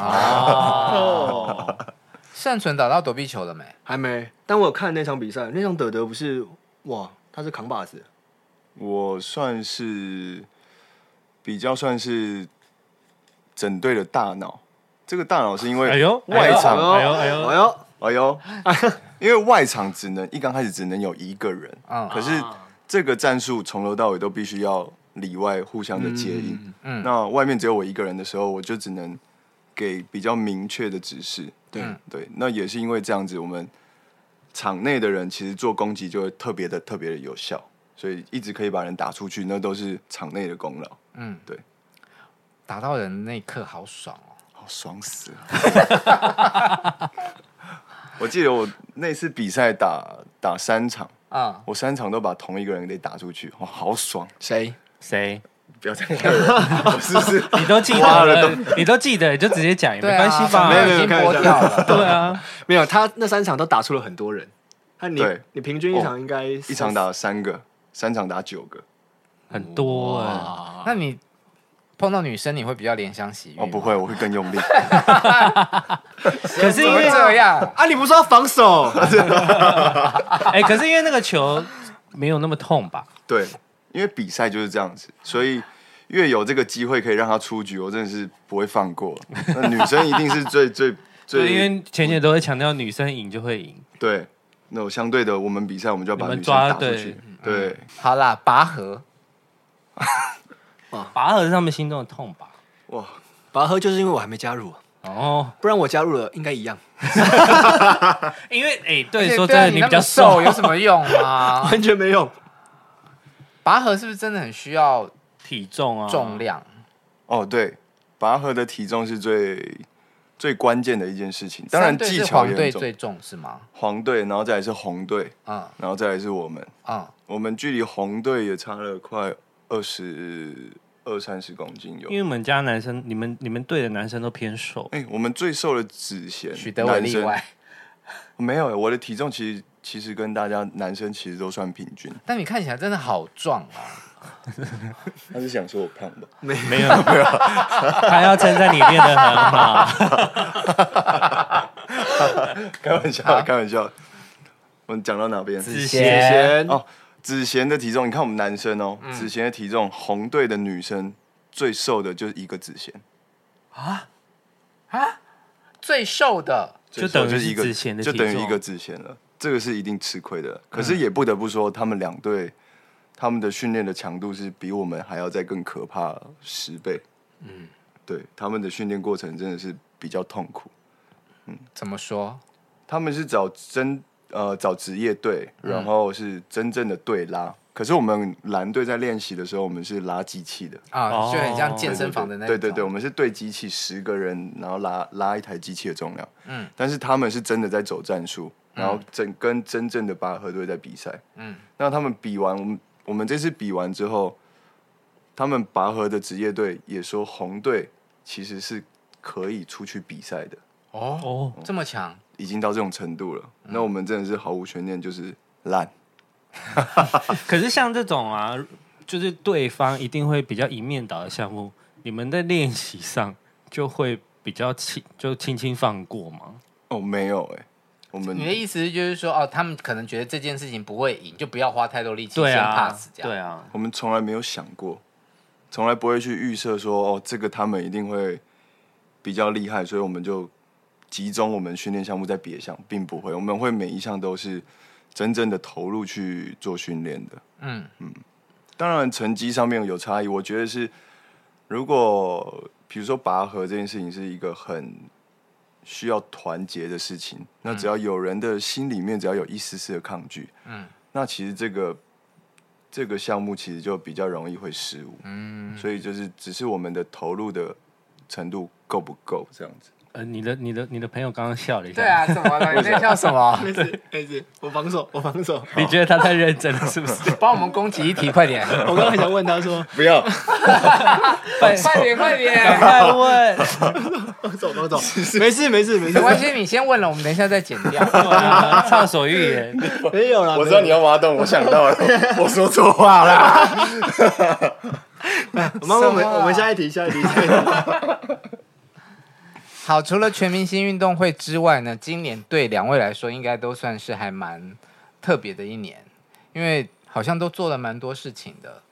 哦，善存打到躲避球了没？ 还没。但我有看那场比赛，那场德德不是哇，他是扛把子。 我算是比较算是整队的大脑。这个大脑是因为外场，哎呦哎呦哎呦哎呦，因为外场只能一刚开始只能有一个人，嗯、可是这个战术从头到尾都必须要里外互相的接应。嗯，嗯那外面只有我一个人的时候，我就只能给比较明确的指示。对、嗯、对，那也是因为这样子，我们场内的人其实做攻击就会特别的特别的有效，所以一直可以把人打出去，那都是场内的功劳。嗯，对， 打到人那一刻好爽哦， 好爽死了！我记得我那次比赛打打三场啊、嗯，我三场都把同一个人给打出去，哇，好爽！ 谁谁？ 不要这样，我是不是你都记得了？你都记得，就直接讲也没关系吧？ 没有，已经播掉了。 对啊， 没有，他那三场都打出了很多人。那你你平均一场应该、哦、 一场打三个，三场打九个， 很多啊。 那你碰到女生你会比较怜香惜玉？ 哦，不会，我会更用力。 可是因为这样啊，你不是要防守？ 哎、欸，可是因为那个球没有那么痛吧？ 对。因为比赛就是这样子，所以越有这个机会可以让他出局，我真的是不会放过。那女生一定是最最最， 因为前姐都会强调女生赢就会赢。 对，那我相对的，我们比赛我们就要把女生打出去。对，对嗯、好啦，拔河， 拔河是他们心中的痛吧？ 哇，拔河就是因为我还没加入哦，不然我加入了应该一样。 因为哎、欸，对，说真的，你比较瘦，有什么用啊？ 完全没用。 拔河是不是真的很需要体重啊？ 重量哦，对，拔河的体重是最最关键的一件事情。当然技巧也很重。黄队最重是吗？ 黄队，然后再来是红队，嗯，然后再来是我们，嗯，我们距离红队也差了快二十二三十公斤有。 因为我们家男生，你们你们队的男生都偏瘦。 哎、欸，我们最瘦的子贤， 许德伟例外。 没有、欸，我的体重其实。其实跟大家男生其实都算平均， 但你看起来真的好壮啊！ 他是想说我胖吧？ 没没有没有，他要称赞你练得很好。 开玩笑，开玩笑。我们讲到哪边？ 子贤哦，子贤的体重，你看我们男生哦，嗯、子贤的体重，红队的女生最瘦的就是一个子贤啊啊，最瘦的就等于一个子贤的体重， 就等于一个子贤了。这个是一定吃亏的，可是也不得不说，他们两队他们的训练的强度是比我们还要再更可怕十倍。嗯，对，他们的训练过程真的是比较痛苦。 嗯，怎么说？ 他们是找真呃找职业队，然后是真正的队拉。可是我们蓝队在练习的时候，我们是拉机器的啊，就很像健身房的那种。 对对对，我们是对机器十个人，然后拉拉一台机器的重量。嗯，但是他们是真的在走战术。然后真跟真正的拔河队在比赛，嗯，那他们比完，我们我们这次比完之后，他们拔河的职业队也说红队其实是可以出去比赛的。 哦哦，这么强， 已经到这种程度了。嗯、那我们真的是毫无悬念，就是烂。 可是像这种啊，就是对方一定会比较一面倒的项目，你们在练习上就会比较轻，就轻轻放过吗？ 哦，没有哎、欸。我们你的意思就是说，哦，他们可能觉得这件事情不会赢，就不要花太多力气，先 pass 这样。 对啊， 我们从来没有想过，从来不会去预设说，哦，这个他们一定会比较厉害，所以我们就集中我们训练项目在别项，并不会。我们会每一项都是真正的投入去做训练的。嗯嗯，当然成绩上面有差异，我觉得是如果比如说拔河这件事情是一个很需要团结的事情，那只要有人的心里面只要有一丝丝的抗拒，嗯，那其实这个这个项目其实就比较容易会失误，嗯，所以就是只是我们的投入的程度够不够这样子。 呃，你的你的你的朋友刚刚笑了一下， 对啊，怎么了？你在笑什么？ 没事没事，我防守我防守。 你觉得他太认真了是不是？ 帮我们攻击一题，快点！ 我刚刚想问他说， 不要， 快点快点， 快问， 防守防守，没事没事没事， 没关系，你先问了，我们等一下再剪掉。 畅所欲言， 没有啦， 我知道你要挖洞，我想到了，我说错话了。 我们我们我们下一题下一题下一题。 好，除了全明星运动会之外呢，今年对两位来说应该都算是还蛮特别的一年，因为好像都做了蛮多事情的。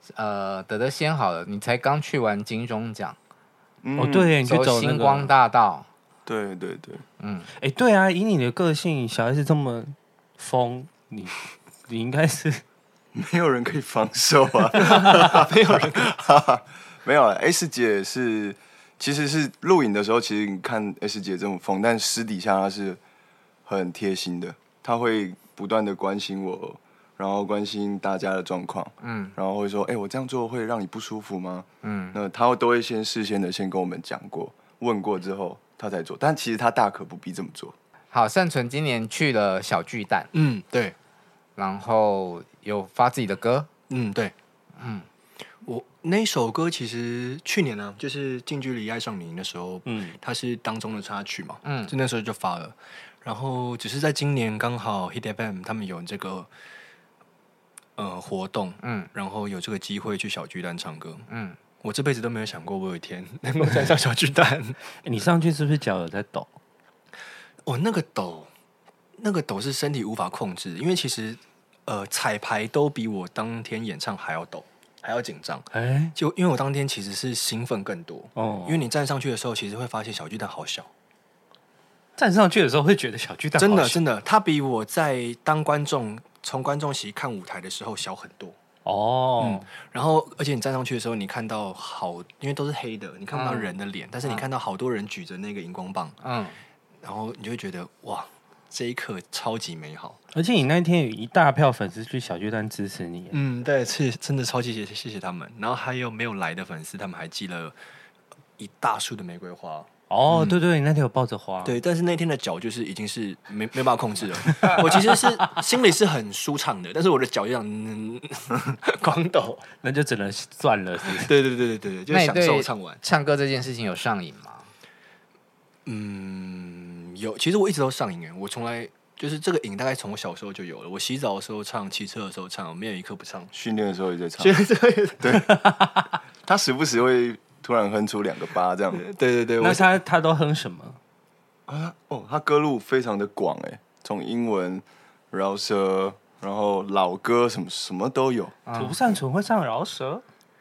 呃，德德先好了，你才刚去完金钟奖， 嗯、哦对，你去走、那個、 星光大道， 对对对， 嗯，哎、欸，对啊，以你的个性，小 S 这么疯，你你应该是没有人可以防守啊，没有人，没有了。S 姐是其实是录影的时候，其实你看 S 姐这么疯，但私底下她是很贴心的，她会不断的关心我。然后关心大家的状况，嗯，然后会说，哎、欸，我这样做会让你不舒服吗？嗯，那他都会先事先的先跟我们讲过，问过之后他才做，但其实他大可不必这么做。 好，盛纯今年去了小巨蛋， 嗯，对， 然后有发自己的歌， 嗯，对，嗯，我那首歌其实去年呢、啊，就是近距离爱上你的时候，嗯，它是当中的插曲嘛，嗯，就那时候就发了，然后只是在今年刚好 Hit F M 他们有这个。呃，活动，嗯，然后有这个机会去小巨蛋唱歌，嗯，我这辈子都没有想过我有一天能够站上小巨蛋。 欸、你上去是不是脚有在抖？ 哦，那个抖，那个抖是身体无法控制，因为其实呃彩排都比我当天演唱还要抖，还要紧张。哎、欸，就因为我当天其实是兴奋更多哦，因为你站上去的时候，其实会发现小巨蛋好小。 站上去的时候会觉得小巨蛋好小真的真的，它比我在当观众。从观众席看舞台的时候小很多哦、嗯，然后而且你站上去的时候，你看到好，因为都是黑的，你看不到人的脸、嗯，但是你看到好多人举着那个荧光棒，嗯，然后你就会觉得哇，这一刻超级美好。 而且你那天有一大票粉丝去小巨蛋支持你， 嗯，对，是真的超级谢谢谢谢他们。然后还有没有来的粉丝，他们还寄了一大束的玫瑰花。 哦、嗯，对对，你那天有抱着花， 对，但是那天的脚就是已经是没没办法控制了。我其实是心里是很舒畅的，但是我的脚就这样、嗯、狂抖， 那就只能算了是不是。 对对对对对，就是享受唱完。 唱歌这件事情有上瘾吗？ 嗯，有。其实我一直都上瘾，我从来就是这个瘾，大概从我小时候就有了。我洗澡的时候唱，骑车的时候唱，我没有一刻不唱。 训练的时候也在唱。训练对对，他时不时会。突然哼出两个八这样， 对对对。 那他他都哼什么啊？哦，他歌路非常的广哎，从英文、饶舌，然后老歌什么什么都有。 涂善存会唱饶舌？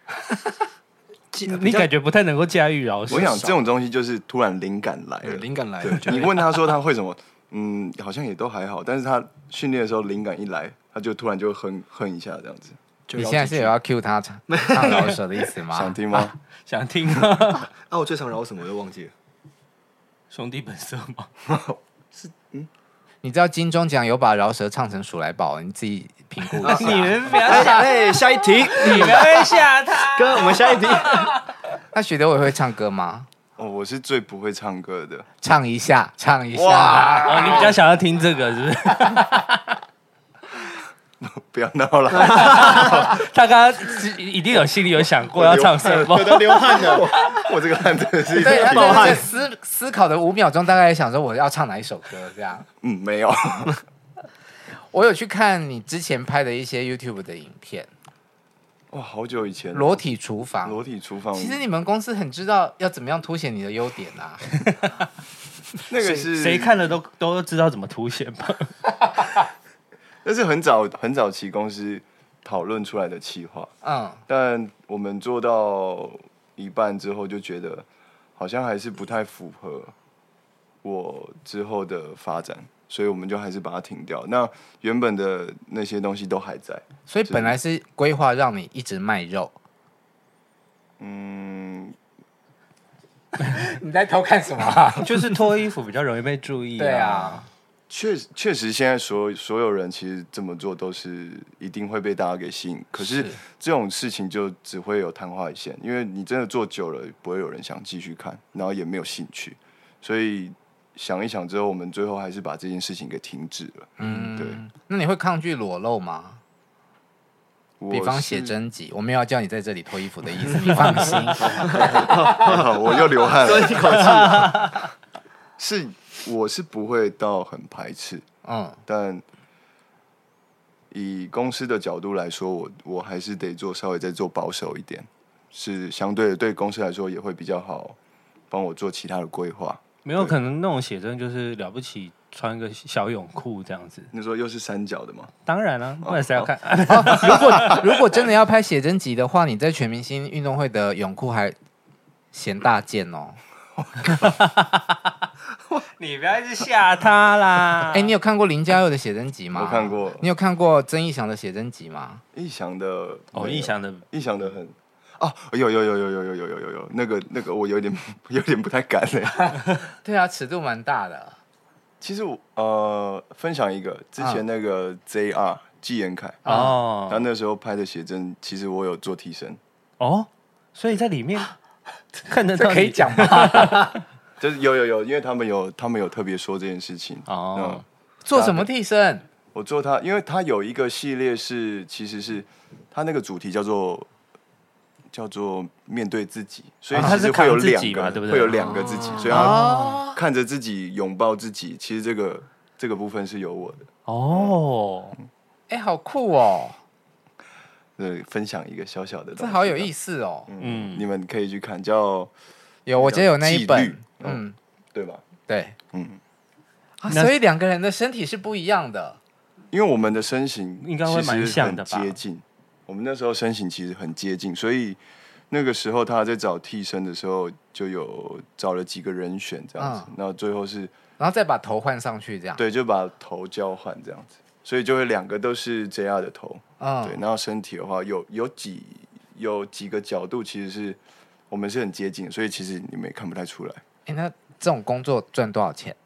你感觉不太能够驾驭饶舌？ 我想这种东西就是突然灵感来了， 灵感来了。 你问他说他会什么？嗯，好像也都还好，但是他训练的时候灵感一来，他就突然就哼哼一下这样子。 你现在是有要 cue 他唱唱饶舌的意思吗？ 想聽嗎？啊、 想聽啊！ 啊，我最常饒什麼我都忘記了。 兄弟本色嗎？ 是嗯，你知道金鐘獎有把饒舌唱成鼠來寶，你自己評估一下。 你們不要嚇， 哎，下一題， 你不要嚇他。 哥，我們下一題。 那許德偉會唱歌嗎？ 哦，我是最不會唱歌的。 唱一下，唱一下。 哦，你比較想要聽這個，是不是？ 不要鬧了！ 他剛剛一定有心裡有想過要唱什麼， 我都流汗了。我, 我這個汗真的是對，他在思思考的五秒鐘，大概想說我要唱哪一首歌這樣。 嗯，沒有。 我有去看你之前拍的一些 YouTube 的影片。 哇，好久以前。 裸體廚房。 裸體廚房。 其實你們公司很知道要怎麼樣凸顯你的優點啊。 那個是誰看了都都知道怎麼凸顯吧。 那是很早很早期公司討論出來的企劃，嗯，但我們做到一半之後就覺得好像還是不太符合我之後的發展，所以我們就還是把它停掉。那原本的那些東西都還在， 所以本來是規劃讓你一直賣肉。 嗯， 你在偷看什麼啊？ 就是脫衣服比較容易被注意啊。 對啊。 確確實，現在所有所有人其實這麼做都是一定會被大家給吸引。可是這種事情就只會有曇花一現，因為你真的做久了，不會有人想繼續看，然後也沒有興趣。所以想一想之後，我們最後還是把這件事情給停止了。嗯，對。 那你會抗拒裸露嗎？比方寫真集，我沒有要叫你在這裡脫衣服的意思，你放心。 我又流汗了，一口氣。是。我是不會到很排斥，嗯，但以公司的角度來說，我我還是得做稍微再做保守一點，是相對的對公司來說也會比較好，幫我做其他的規劃。 沒有可能那種寫真就是了不起穿个小泳裤这样子。 你说又是三角的吗？ 当然了、啊，不然谁要看？ 哦哦、如果如果真的要拍写真集的话，你在全明星运动会的泳裤还嫌大件哦。 你不要一直吓他啦！ 哎、欸，你有看过林嘉佑的写真集吗？ 我看过。 你有看过曾义祥的写真集吗？ 义祥的哦，义祥的， 义祥的很。哦，有有有有有有有有有有，那个那个我有点有点不太敢嘞。 对啊，尺度蛮大的。 其实我呃分享一个之前那个 J R 纪言凯哦， 他那时候拍的写真，其实我有做替身哦，所以在里面看得到可以讲吗？ 就是有有有，因为他们有他们有特别说这件事情哦、 嗯。 做什么替身？ 我做他，因为他有一个系列是其实是他那个主题叫做。叫做面对自己，所以其实会有两个， 啊、对不对？ 会有两个自己，哦、所以他看着自己，拥抱自己。其实这个这个部分是有我的哦， 哎、欸，好酷哦！ 对，分享一个小小的， 这好有意思哦。 嗯，嗯你们可以去看，叫有，我记得有那一本， 嗯，对吧？ 对， 嗯、 啊，所以两个人的身体是不一样的， 因为我们的身形应该会蛮像的吧？ 接近。我们那时候身形其实很接近，所以那个时候他在找替身的时候，就有找了几个人选这样子，然后、嗯、最后是， 然后再把头换上去这样， 对，就把头交换这样子，所以就会两个都是 J R 的头，嗯，对，然后身体的话有有几有几个角度其实是我们是很接近，所以其实你们也看不太出来。 哎、欸，那这种工作赚多少钱？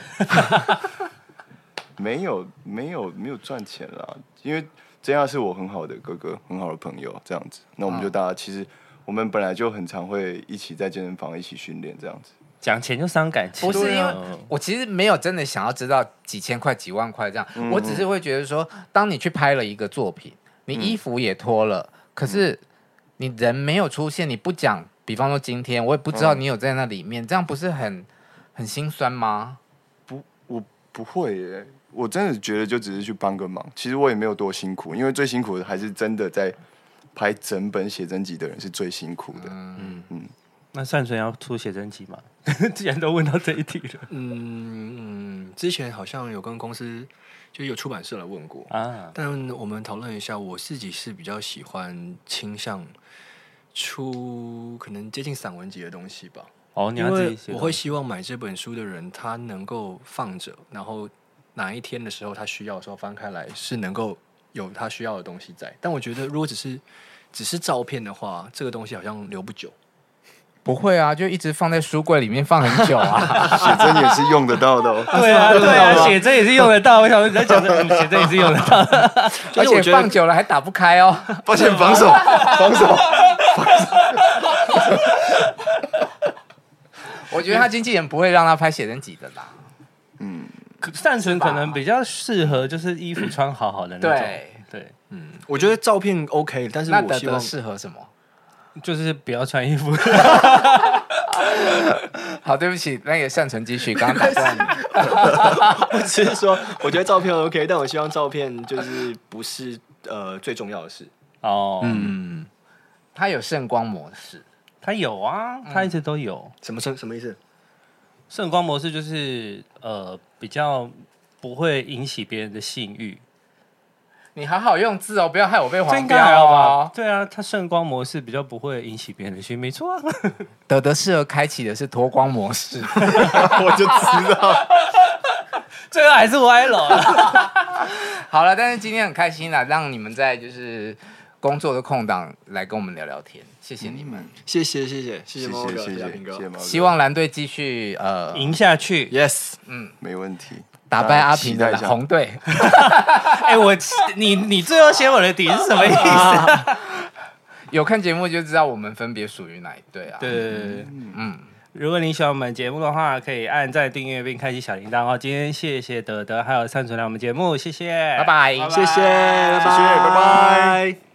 没有没有没有赚钱啦，因为。这样是我很好的哥哥，很好的朋友，这样子。那我们就大家、嗯、其实我们本来就很常会一起在健身房一起训练，这样子。 讲钱就伤感情， 不是因为我其实没有真的想要知道几千块、几万块这样，嗯、我只是会觉得说，当你去拍了一个作品，你衣服也脱了，嗯、可是你人没有出现，你不讲，比方说今天我也不知道你有在那里面，嗯、这样不是很很心酸吗？ 不，我不会耶。我真的觉得就只是去帮个忙，其实我也没有多辛苦，因为最辛苦的还是真的在拍整本写真集的人是最辛苦的。嗯嗯， 那善存要出写真集吗？既然都问到这一题了， 嗯嗯，之前好像有跟公司就有出版社来问过啊，但我们讨论一下，我自己是比较喜欢倾向出可能接近散文集的东西吧。 哦，你要自己写， 因为我会希望买这本书的人他能够放着，然后。哪一天的时候，他需要的时候翻开来，是能够有他需要的东西在。但我觉得，如果只是只是照片的话，这个东西好像留不久。 不会啊，就一直放在书柜里面放很久啊。 写真也是用得到的、哦。 对啊，对啊，写真也是用得到。我想你在讲的写真也是用得到的， 而且放久了还打不开哦。 抱歉，防守，防守，防守。 我觉得他经纪人不会让他拍写真集的啦。 嗯。 善存可能比较适合，就是衣服穿好好的那种。对对， 嗯，我觉得照片 OK， 但是我希望适合什么？ 就是不要穿衣服。 好，对不起，那个善存继续，刚刚打断你。 我只是说，我觉得照片 OK， 但我希望照片就是不是呃最重要的事。 哦， 嗯，它有圣光模式， 它有啊，它一直都有。 什么什什么意思？ 圣光模式就是呃比较不会引起别人的性欲。 你好好用字哦，不要害我被黄标哦。 对啊，它圣光模式比较不会引起别人的性欲，没错啊。 德德适合开启的是脱光模式， 我就知道， 最后还是歪楼了。 好了，但是今天很开心啦，让你们在就是工作的空档来跟我们聊聊天，谢谢你们， 嗯、谢谢谢谢谢谢猫哥， 谢谢平哥， 希望蓝队继续呃赢下去 ，yes， 嗯，没问题， 打败阿平的红队。 哎、欸，我你你最后写我的底是什么意思？ 有看节目就知道我们分别属于哪一队啊？ 对对对对，嗯。如果你喜欢我们节目的话，可以按赞、订阅并开启小铃铛哦。今天谢谢德德还有善存来我们节目，谢谢， 拜拜， 谢谢，谢谢， 拜拜。